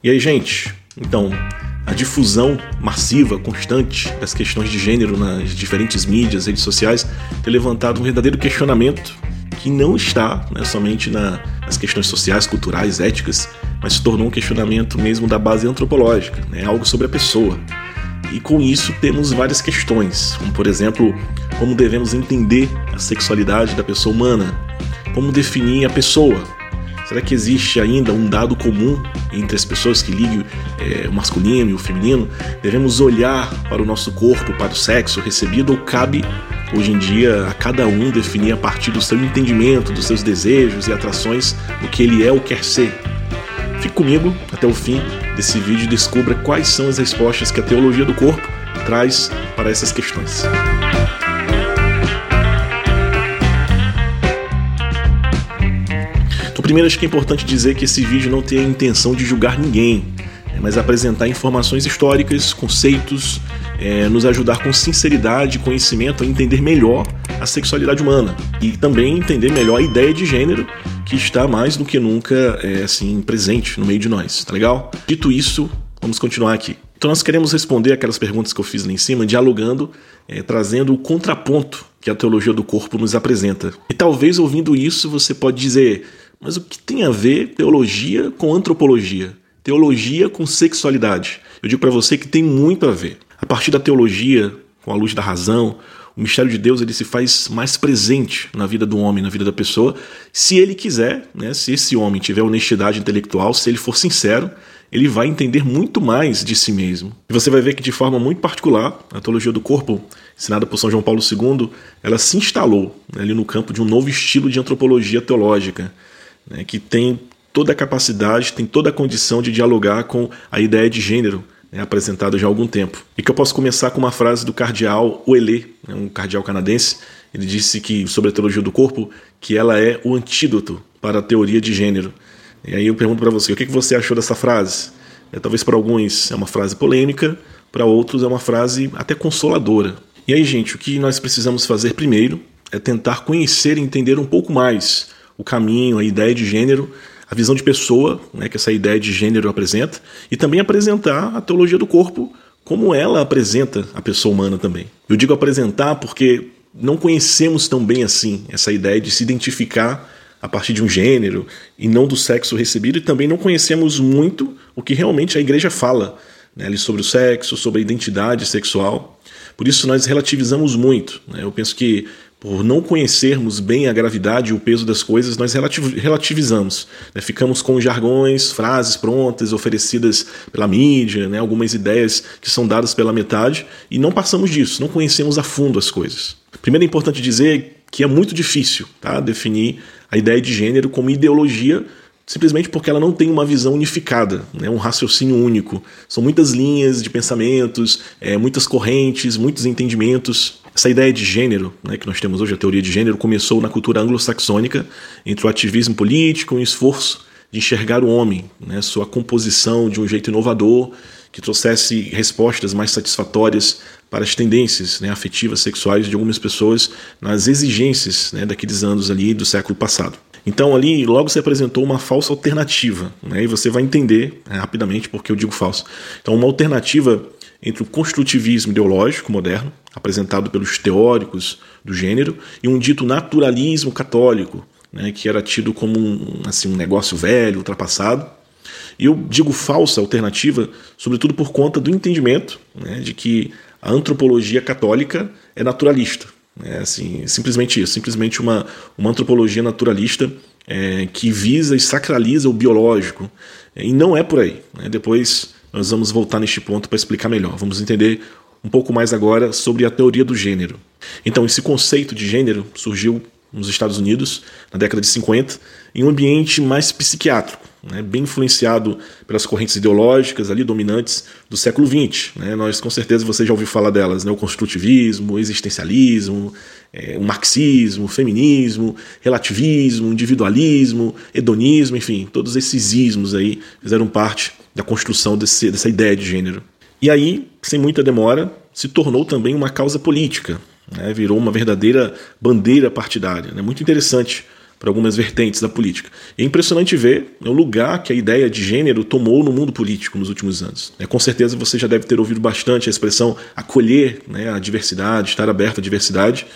E aí, gente, então, a difusão massiva, constante das questões de gênero nas diferentes mídias, redes sociais, tem levantado um verdadeiro questionamento que não está somente nas questões sociais, culturais, éticas, mas se tornou um questionamento mesmo da base antropológica, algo sobre a pessoa. E com isso temos várias questões, como por exemplo, como devemos entender a sexualidade da pessoa humana, como definir a pessoa. Será que existe ainda um dado comum entre as pessoas que ligam o masculino e o feminino? Devemos olhar para o nosso corpo, para o sexo recebido, ou cabe, hoje em dia, a cada um definir a partir do seu entendimento, dos seus desejos e atrações, o que ele é ou quer ser? Fique comigo até o fim desse vídeo e descubra quais são as respostas que a teologia do corpo traz para essas questões. Primeiro, acho que é importante dizer que esse vídeo não tem a intenção de julgar ninguém, mas apresentar informações históricas, conceitos, nos ajudar com sinceridade e conhecimento a entender melhor a sexualidade humana e também entender melhor a ideia de gênero que está mais do que nunca presente no meio de nós, tá legal? Dito isso, vamos continuar aqui. Então nós queremos responder aquelas perguntas que eu fiz lá em cima, dialogando, trazendo o contraponto que a teologia do corpo nos apresenta. E talvez ouvindo isso você pode dizer: mas o que tem a ver teologia com antropologia? Teologia com sexualidade? Eu digo para você que tem muito a ver. A partir da teologia, com a luz da razão, o mistério de Deus ele se faz mais presente na vida do homem, na vida da pessoa, se ele quiser, se esse homem tiver honestidade intelectual, se ele for sincero, ele vai entender muito mais de si mesmo. E você vai ver que de forma muito particular, a teologia do corpo, ensinada por São João Paulo II, ela se instalou ali no campo de um novo estilo de antropologia teológica, que tem toda a capacidade, tem toda a condição de dialogar com a ideia de gênero apresentada já há algum tempo. E que eu posso começar com uma frase do cardeal Ouellet, um cardeal canadense. Ele disse que, sobre a teologia do corpo, que ela é o antídoto para a teoria de gênero. E aí eu pergunto para você, o que você achou dessa frase? Talvez para alguns é uma frase polêmica, para outros é uma frase até consoladora. E aí, gente, o que nós precisamos fazer primeiro é tentar conhecer e entender um pouco mais o caminho, a ideia de gênero, a visão de pessoa, que essa ideia de gênero apresenta, e também apresentar a teologia do corpo como ela apresenta a pessoa humana também. Eu digo apresentar porque não conhecemos tão bem assim essa ideia de se identificar a partir de um gênero e não do sexo recebido, e também não conhecemos muito o que realmente a igreja fala ali sobre o sexo, sobre a identidade sexual. Por isso nós relativizamos muito. Eu penso que por não conhecermos bem a gravidade e o peso das coisas, nós relativizamos. Ficamos com jargões, frases prontas, oferecidas pela mídia, algumas ideias que são dadas pela metade, e não passamos disso, não conhecemos a fundo as coisas. Primeiro é importante dizer que é muito difícil definir a ideia de gênero como ideologia, simplesmente porque ela não tem uma visão unificada, um raciocínio único. São muitas linhas de pensamentos, muitas correntes, muitos entendimentos. Essa ideia de gênero, que nós temos hoje, a teoria de gênero, começou na cultura anglo-saxônica, entre o ativismo político e o esforço de enxergar o homem, sua composição de um jeito inovador, que trouxesse respostas mais satisfatórias para as tendências afetivas, sexuais de algumas pessoas nas exigências daqueles anos ali do século passado. Então ali logo se apresentou uma falsa alternativa, e você vai entender rapidamente porque eu digo falso. Então uma alternativa entre o construtivismo ideológico moderno, apresentado pelos teóricos do gênero, e um dito naturalismo católico, que era tido como um negócio velho, ultrapassado. E eu digo falsa alternativa, sobretudo por conta do entendimento de que a antropologia católica é naturalista. Simplesmente isso, simplesmente uma antropologia naturalista que visa e sacraliza o biológico. E não é por aí. Depois nós vamos voltar neste ponto para explicar melhor. Vamos entender um pouco mais agora sobre a teoria do gênero. Então, esse conceito de gênero surgiu nos Estados Unidos, na década de 50, em um ambiente mais psiquiátrico, bem influenciado pelas correntes ideológicas ali dominantes do século XX. Nós, com certeza, você já ouviu falar delas, o construtivismo, o existencialismo, o marxismo, o feminismo, relativismo, individualismo, hedonismo, enfim, todos esses ismos aí fizeram parte da construção dessa ideia de gênero. E aí, sem muita demora, se tornou também uma causa política, virou uma verdadeira bandeira partidária. Muito interessante para algumas vertentes da política. E é impressionante ver o lugar que a ideia de gênero tomou no mundo político nos últimos anos. Com certeza você já deve ter ouvido bastante a expressão acolher, né, a diversidade, estar aberto à diversidade,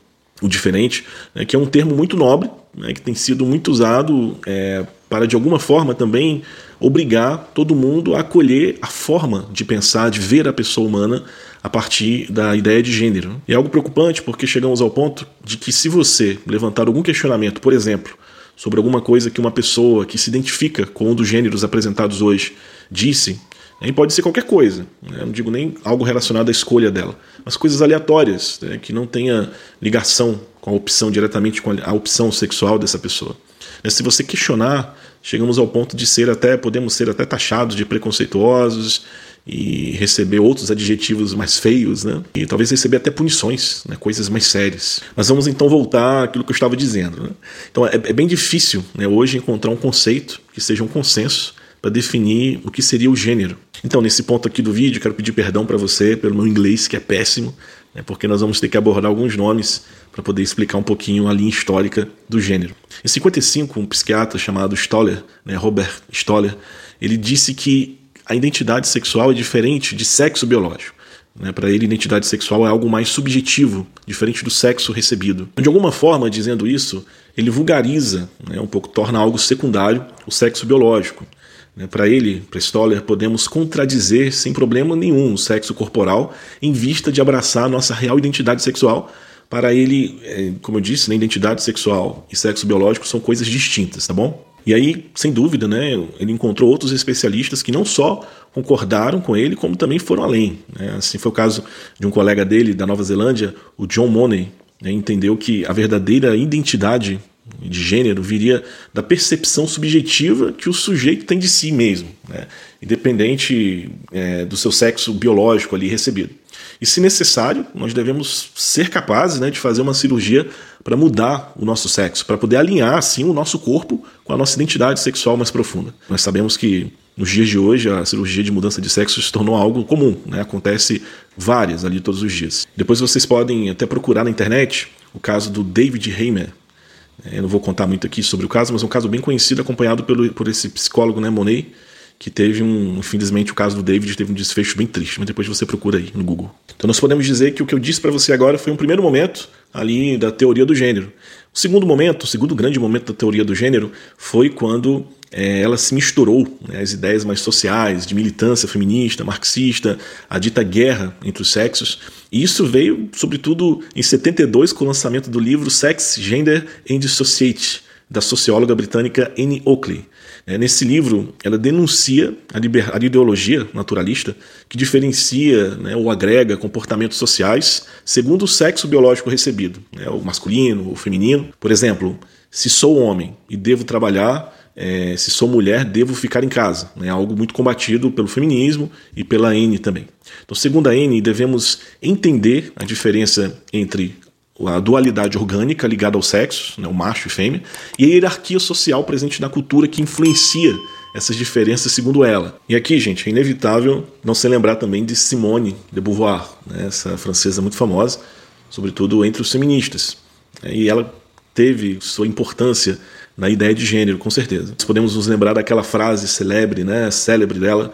o diferente, né, que é um termo muito nobre, né, que tem sido muito usado para, de alguma forma, também obrigar todo mundo a acolher a forma de pensar, de ver a pessoa humana a partir da ideia de gênero. E é algo preocupante porque chegamos ao ponto de que, se você levantar algum questionamento, por exemplo, sobre alguma coisa que uma pessoa que se identifica com um dos gêneros apresentados hoje disse, e pode ser qualquer coisa, né? Eu não digo nem algo relacionado à escolha dela, mas coisas aleatórias, né, que não tenha ligação com a opção, diretamente com a opção sexual dessa pessoa. Se você questionar, chegamos ao ponto de podemos ser até taxados de preconceituosos e receber outros adjetivos mais feios, né? E talvez receber até punições, né? Coisas mais sérias. Mas vamos então voltar àquilo que eu estava dizendo, né? Então é bem difícil, né, hoje encontrar um conceito que seja um consenso para definir o que seria o gênero. Então, nesse ponto aqui do vídeo, quero pedir perdão para você pelo meu inglês, que é péssimo, né, porque nós vamos ter que abordar alguns nomes para poder explicar um pouquinho a linha histórica do gênero. Em 55, um psiquiatra chamado Stoller, né, Robert Stoller, ele disse que a identidade sexual é diferente de sexo biológico. Para ele, identidade sexual é algo mais subjetivo, diferente do sexo recebido. De alguma forma, dizendo isso, ele vulgariza, né, um pouco, torna algo secundário o sexo biológico. Para ele, para Stoller, podemos contradizer sem problema nenhum o sexo corporal em vista de abraçar a nossa real identidade sexual. Para ele, como eu disse, né, identidade sexual e sexo biológico são coisas distintas, tá bom? E aí, sem dúvida, né, ele encontrou outros especialistas que não só concordaram com ele, como também foram além, né? Assim foi o caso de um colega dele da Nova Zelândia, o John Money, né, entendeu que a verdadeira identidade de gênero viria da percepção subjetiva que o sujeito tem de si mesmo, né, independente do seu sexo biológico ali recebido. E, se necessário, nós devemos ser capazes, né, de fazer uma cirurgia para mudar o nosso sexo, para poder alinhar assim o nosso corpo com a nossa identidade sexual mais profunda. Nós sabemos que nos dias de hoje a cirurgia de mudança de sexo se tornou algo comum, né? Acontece várias ali todos os dias. Depois vocês podem até procurar na internet o caso do David Heimer. Eu não vou contar muito aqui sobre o caso, mas é um caso bem conhecido, acompanhado por esse psicólogo, né, Monet, que teve infelizmente o caso do David teve um desfecho bem triste, mas depois você procura aí no Google. Então nós podemos dizer que o que eu disse para você agora foi um primeiro momento ali da teoria do gênero. O segundo grande momento da teoria do gênero foi quando ela se misturou, né, as ideias mais sociais, de militância feminista, marxista, a dita guerra entre os sexos. E isso veio, sobretudo, em 72, com o lançamento do livro Sex, Gender and Society, da socióloga britânica Annie Oakley. Nesse livro, ela denuncia a ideologia naturalista que diferencia, né, ou agrega comportamentos sociais segundo o sexo biológico recebido, né, o masculino, o feminino. Por exemplo, se sou homem e devo trabalhar, se sou mulher, devo ficar em casa. É algo muito combatido pelo feminismo e pela Annie também. Então, segundo a Annie, devemos entender a diferença entre a dualidade orgânica ligada ao sexo, né, o macho e fêmea, e a hierarquia social presente na cultura que influencia essas diferenças segundo ela. E aqui, gente, é inevitável não se lembrar também de Simone de Beauvoir, né, essa francesa muito famosa, sobretudo entre os feministas. E ela teve sua importância na ideia de gênero, com certeza. Nós podemos nos lembrar daquela frase célebre dela,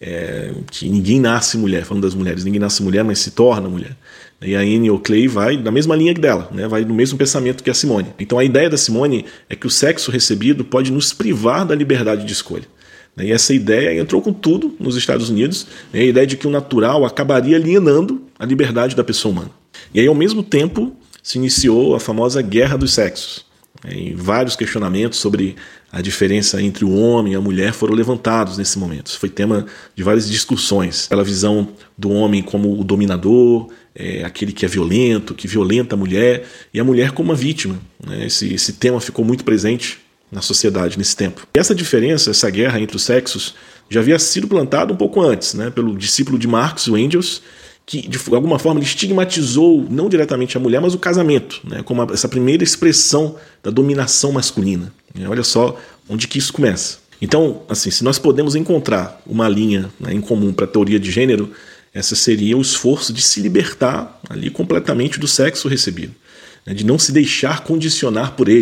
que ninguém nasce mulher, falando das mulheres, ninguém nasce mulher, mas se torna mulher. E a Annie Oakley vai na mesma linha dela, né, vai no mesmo pensamento que a Simone. Então a ideia da Simone é que o sexo recebido pode nos privar da liberdade de escolha. E essa ideia entrou com tudo nos Estados Unidos, a ideia de que o natural acabaria alienando a liberdade da pessoa humana. E aí, ao mesmo tempo, se iniciou a famosa Guerra dos Sexos. E vários questionamentos sobre a diferença entre o homem e a mulher foram levantados nesse momento. Isso foi tema de várias discussões. Aquela visão do homem como o dominador, aquele que é violento, que violenta a mulher, e a mulher como uma vítima. Esse tema ficou muito presente na sociedade nesse tempo. E essa diferença, essa guerra entre os sexos, já havia sido plantada um pouco antes, né, pelo discípulo de Marx, o Engels, que de alguma forma ele estigmatizou não diretamente a mulher, mas o casamento, né, como essa primeira expressão da dominação masculina. Olha só onde que isso começa. Então, assim, se nós podemos encontrar uma linha, né, em comum para a teoria de gênero, essa seria o esforço de se libertar ali completamente do sexo recebido, né, de não se deixar condicionar por ele,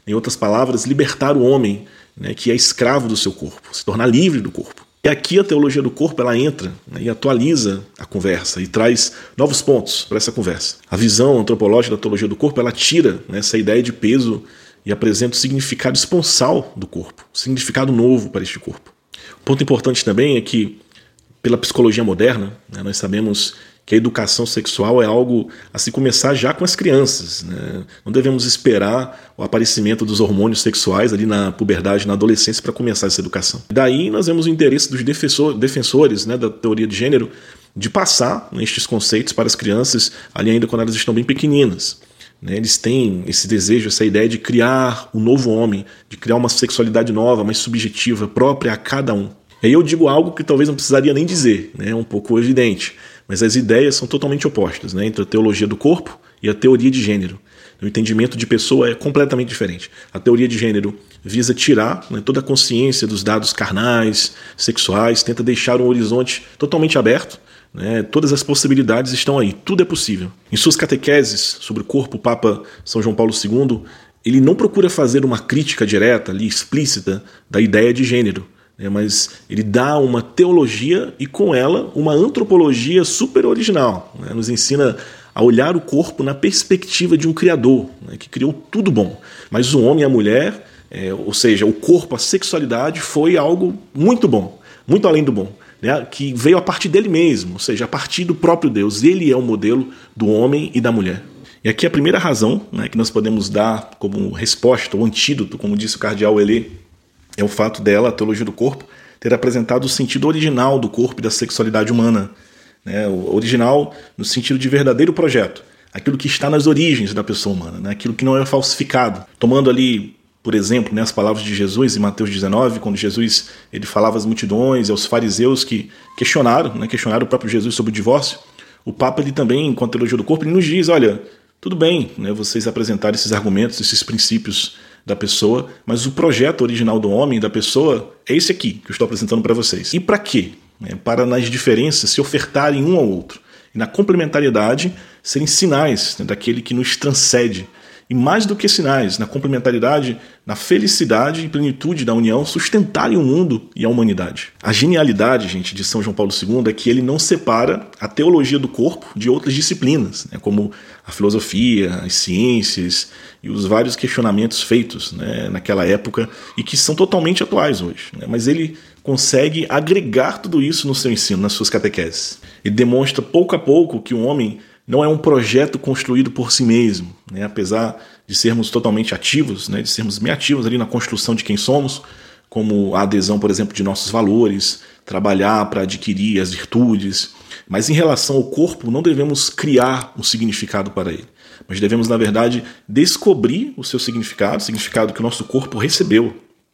Em outras palavras, libertar o homem, né, que é escravo do seu corpo, se tornar livre do corpo. E aqui a teologia do corpo ela entra, né, e atualiza a conversa e traz novos pontos para essa conversa. A visão antropológica da teologia do corpo ela tira, né, essa ideia de peso e apresenta o significado esponsal do corpo, o significado novo para este corpo. Um ponto importante também é que, pela psicologia moderna, né, nós sabemos que a educação sexual é algo a se começar já com as crianças, né? Não devemos esperar o aparecimento dos hormônios sexuais ali na puberdade, na adolescência, para começar essa educação. Daí nós vemos o interesse dos defensores, né, da teoria de gênero de passar, né, estes conceitos para as crianças ali ainda quando elas estão bem pequeninas. Né? Eles têm esse desejo, essa ideia de criar um novo homem, de criar uma sexualidade nova, mais subjetiva, própria a cada um. E aí eu digo algo que talvez não precisaria nem dizer, né? É um pouco evidente, mas as ideias são totalmente opostas, né? Entre a teologia do corpo e a teoria de gênero. O entendimento de pessoa é completamente diferente. A teoria de gênero visa tirar, né, toda a consciência dos dados carnais, sexuais, tenta deixar um horizonte totalmente aberto, né? Todas as possibilidades estão aí, tudo é possível. Em suas catequeses sobre o corpo, o Papa São João Paulo II, ele não procura fazer uma crítica direta, ali, explícita, da ideia de gênero, mas ele dá uma teologia e com ela uma antropologia super original, né? Nos ensina a olhar o corpo na perspectiva de um Criador, né, que criou tudo bom. Mas o homem e a mulher, ou seja, o corpo, a sexualidade foi algo muito bom, muito além do bom, né, que veio a partir dele mesmo, ou seja, a partir do próprio Deus. Ele é o modelo do homem e da mulher. E aqui a primeira razão, né, que nós podemos dar como resposta, ou antídoto, como disse o cardeal Elé, é o fato dela, a teologia do corpo, ter apresentado o sentido original do corpo e da sexualidade humana. Né? O original no sentido de verdadeiro projeto. Aquilo que está nas origens da pessoa humana, né? Aquilo que não é falsificado. Tomando ali, por exemplo, né, as palavras de Jesus em Mateus 19, quando Jesus ele falava às multidões e aos fariseus que questionaram o próprio Jesus sobre o divórcio, o Papa ele também, com a teologia do corpo, ele nos diz, olha, tudo bem, né, vocês apresentarem esses argumentos, esses princípios da pessoa, mas o projeto original do homem, da pessoa, é esse aqui que eu estou apresentando para vocês. E para quê? Para nas diferenças se ofertarem um ao outro. E na complementariedade serem sinais, né, daquele que nos transcende. E mais do que sinais, na complementaridade, na felicidade e plenitude da união, sustentarem o mundo e a humanidade. A genialidade, gente, de São João Paulo II é que ele não separa a teologia do corpo de outras disciplinas, né, como a filosofia, as ciências e os vários questionamentos feitos, né, naquela época e que são totalmente atuais hoje. Né, mas ele consegue agregar tudo isso no seu ensino, nas suas catequeses. Ele demonstra pouco a pouco que o homem não é um projeto construído por si mesmo, né? Apesar de sermos totalmente ativos, né? De sermos bem ativos ali na construção de quem somos, como a adesão, por exemplo, de nossos valores, trabalhar para adquirir as virtudes. Mas em relação ao corpo, não devemos criar um significado para ele, mas devemos, na verdade, descobrir o seu significado, o significado que o nosso corpo recebeu.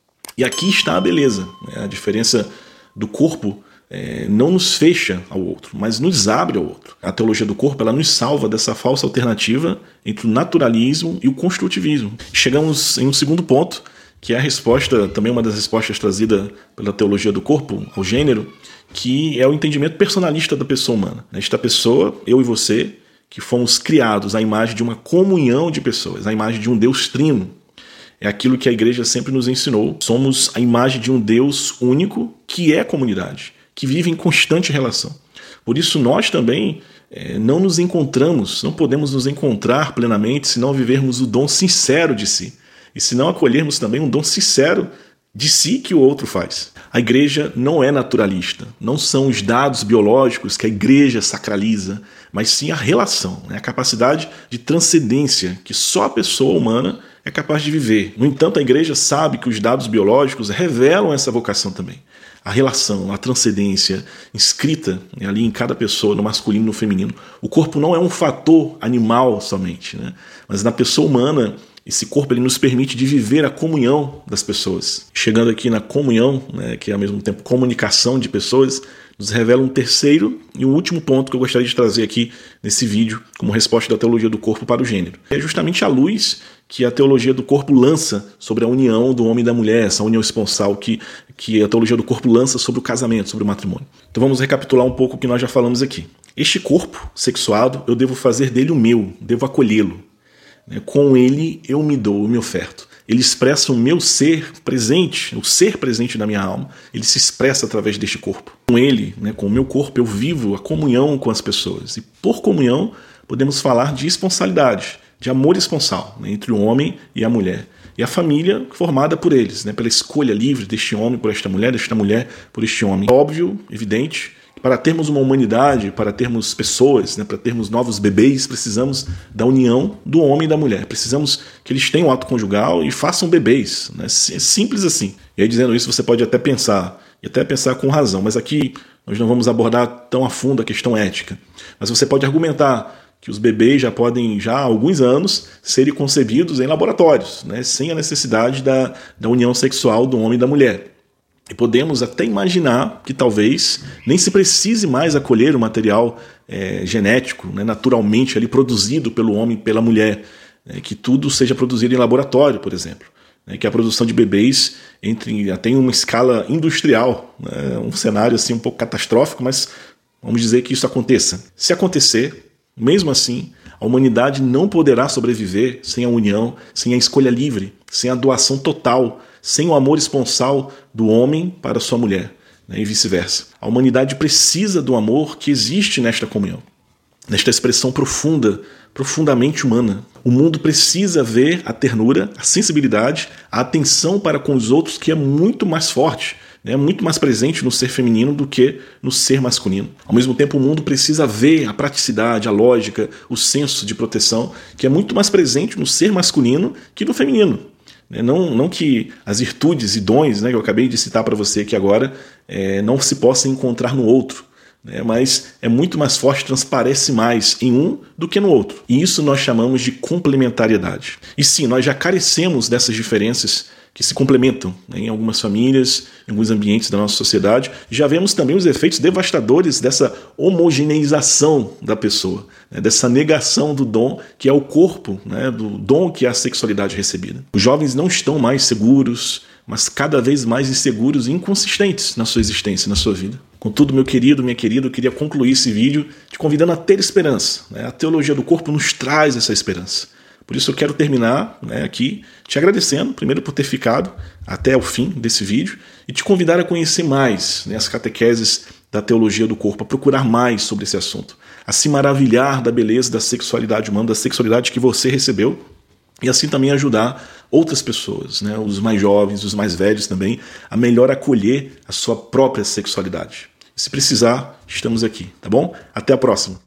E aqui está a beleza, né? A diferença do corpo não nos fecha ao outro, mas nos abre ao outro. A teologia do corpo ela nos salva dessa falsa alternativa entre o naturalismo e o construtivismo. Chegamos em um segundo ponto, que é a resposta, também uma das respostas trazida pela teologia do corpo ao gênero, que é o entendimento personalista da pessoa humana. Esta pessoa, eu e você, que fomos criados à imagem de uma comunhão de pessoas, à imagem de um Deus trino. É aquilo que a igreja sempre nos ensinou. Somos a imagem de um Deus único que é comunidade, que vive em constante relação. Por isso nós também não nos encontramos, não podemos nos encontrar plenamente se não vivermos o dom sincero de si. E se não acolhermos também um dom sincero de si que o outro faz. A igreja não é naturalista, não são os dados biológicos que a igreja sacraliza, mas sim a relação, né? A capacidade de transcendência que só a pessoa humana é capaz de viver. No entanto, a igreja sabe que os dados biológicos revelam essa vocação também. A relação, a transcendência inscrita ali em cada pessoa, no masculino e no feminino. O corpo não é um fator animal somente, né? Mas na pessoa humana, esse corpo ele nos permite de viver a comunhão das pessoas. Chegando aqui na comunhão, né, que é ao mesmo tempo comunicação de pessoas, nos revela um terceiro e um último ponto que eu gostaria de trazer aqui nesse vídeo como resposta da teologia do corpo para o gênero. É justamente a luz que a teologia do corpo lança sobre a união do homem e da mulher, essa união esponsal que a teologia do corpo lança sobre o casamento, sobre o matrimônio. Então vamos recapitular um pouco o que nós já falamos aqui. Este corpo sexuado, eu devo fazer dele o meu, devo acolhê-lo. Com ele eu me dou, eu me oferto. ele expressa o meu ser presente, o ser presente da minha alma, ele se expressa através deste corpo. Com ele, né, com o meu corpo, eu vivo a comunhão com as pessoas. E por comunhão, podemos falar de esponsalidade, de amor esponsal, né, entre o homem e a mulher. E a família formada por eles, né, pela escolha livre deste homem por esta mulher, desta mulher por este homem. Óbvio, evidente, que para termos uma humanidade, para termos pessoas, né, para termos novos bebês, precisamos da união do homem e da mulher. Precisamos que eles tenham ato conjugal e façam bebês. Né? É simples assim. E aí, dizendo isso, você pode até pensar, e até pensar com razão, mas aqui nós não vamos abordar tão a fundo a questão ética. Mas você pode argumentar que os bebês já podem, já há alguns anos, serem concebidos em laboratórios, né, sem a necessidade da união sexual do homem e da mulher. E podemos até imaginar que talvez nem se precise mais acolher o material genético, né, naturalmente ali produzido pelo homem e pela mulher, que tudo seja produzido em laboratório, por exemplo. Que a produção de bebês entre até em uma escala industrial, né, um cenário assim um pouco catastrófico, mas vamos dizer que isso aconteça. Se acontecer, mesmo assim, a humanidade não poderá sobreviver sem a união, sem a escolha livre, sem a doação total, sem o amor esponsal do homem para sua mulher, né, e vice-versa. A humanidade precisa do amor que existe nesta comunhão, nesta expressão profunda, profundamente humana. O mundo precisa ver a ternura, a sensibilidade, a atenção para com os outros, que é muito mais forte, é muito mais presente no ser feminino do que no ser masculino. Ao mesmo tempo, o mundo precisa ver a praticidade, a lógica, o senso de proteção, que é muito mais presente no ser masculino que no feminino. Não que as virtudes e dons, né, que eu acabei de citar para você aqui agora, não se possam encontrar no outro, mas é muito mais forte, transparece mais em um do que no outro. E isso nós chamamos de complementariedade. E sim, nós já carecemos dessas diferenças que se complementam, né, em algumas famílias, em alguns ambientes da nossa sociedade. Já vemos também os efeitos devastadores dessa homogeneização da pessoa, né, dessa negação do dom que é o corpo, né, do dom que é a sexualidade recebida. Os jovens não estão mais seguros, mas cada vez mais inseguros e inconsistentes na sua existência, na sua vida. Contudo, meu querido, minha querida, eu queria concluir esse vídeo te convidando a ter esperança, né? A teologia do corpo nos traz essa esperança. Por isso eu quero terminar, né, aqui te agradecendo, primeiro por ter ficado até o fim desse vídeo e te convidar a conhecer mais, né, as catequeses da teologia do corpo, a procurar mais sobre esse assunto, a se maravilhar da beleza da sexualidade humana, da sexualidade que você recebeu, e assim também ajudar outras pessoas, né, os mais jovens, os mais velhos também, a melhor acolher a sua própria sexualidade. Se precisar, estamos aqui, tá bom? Até a próxima!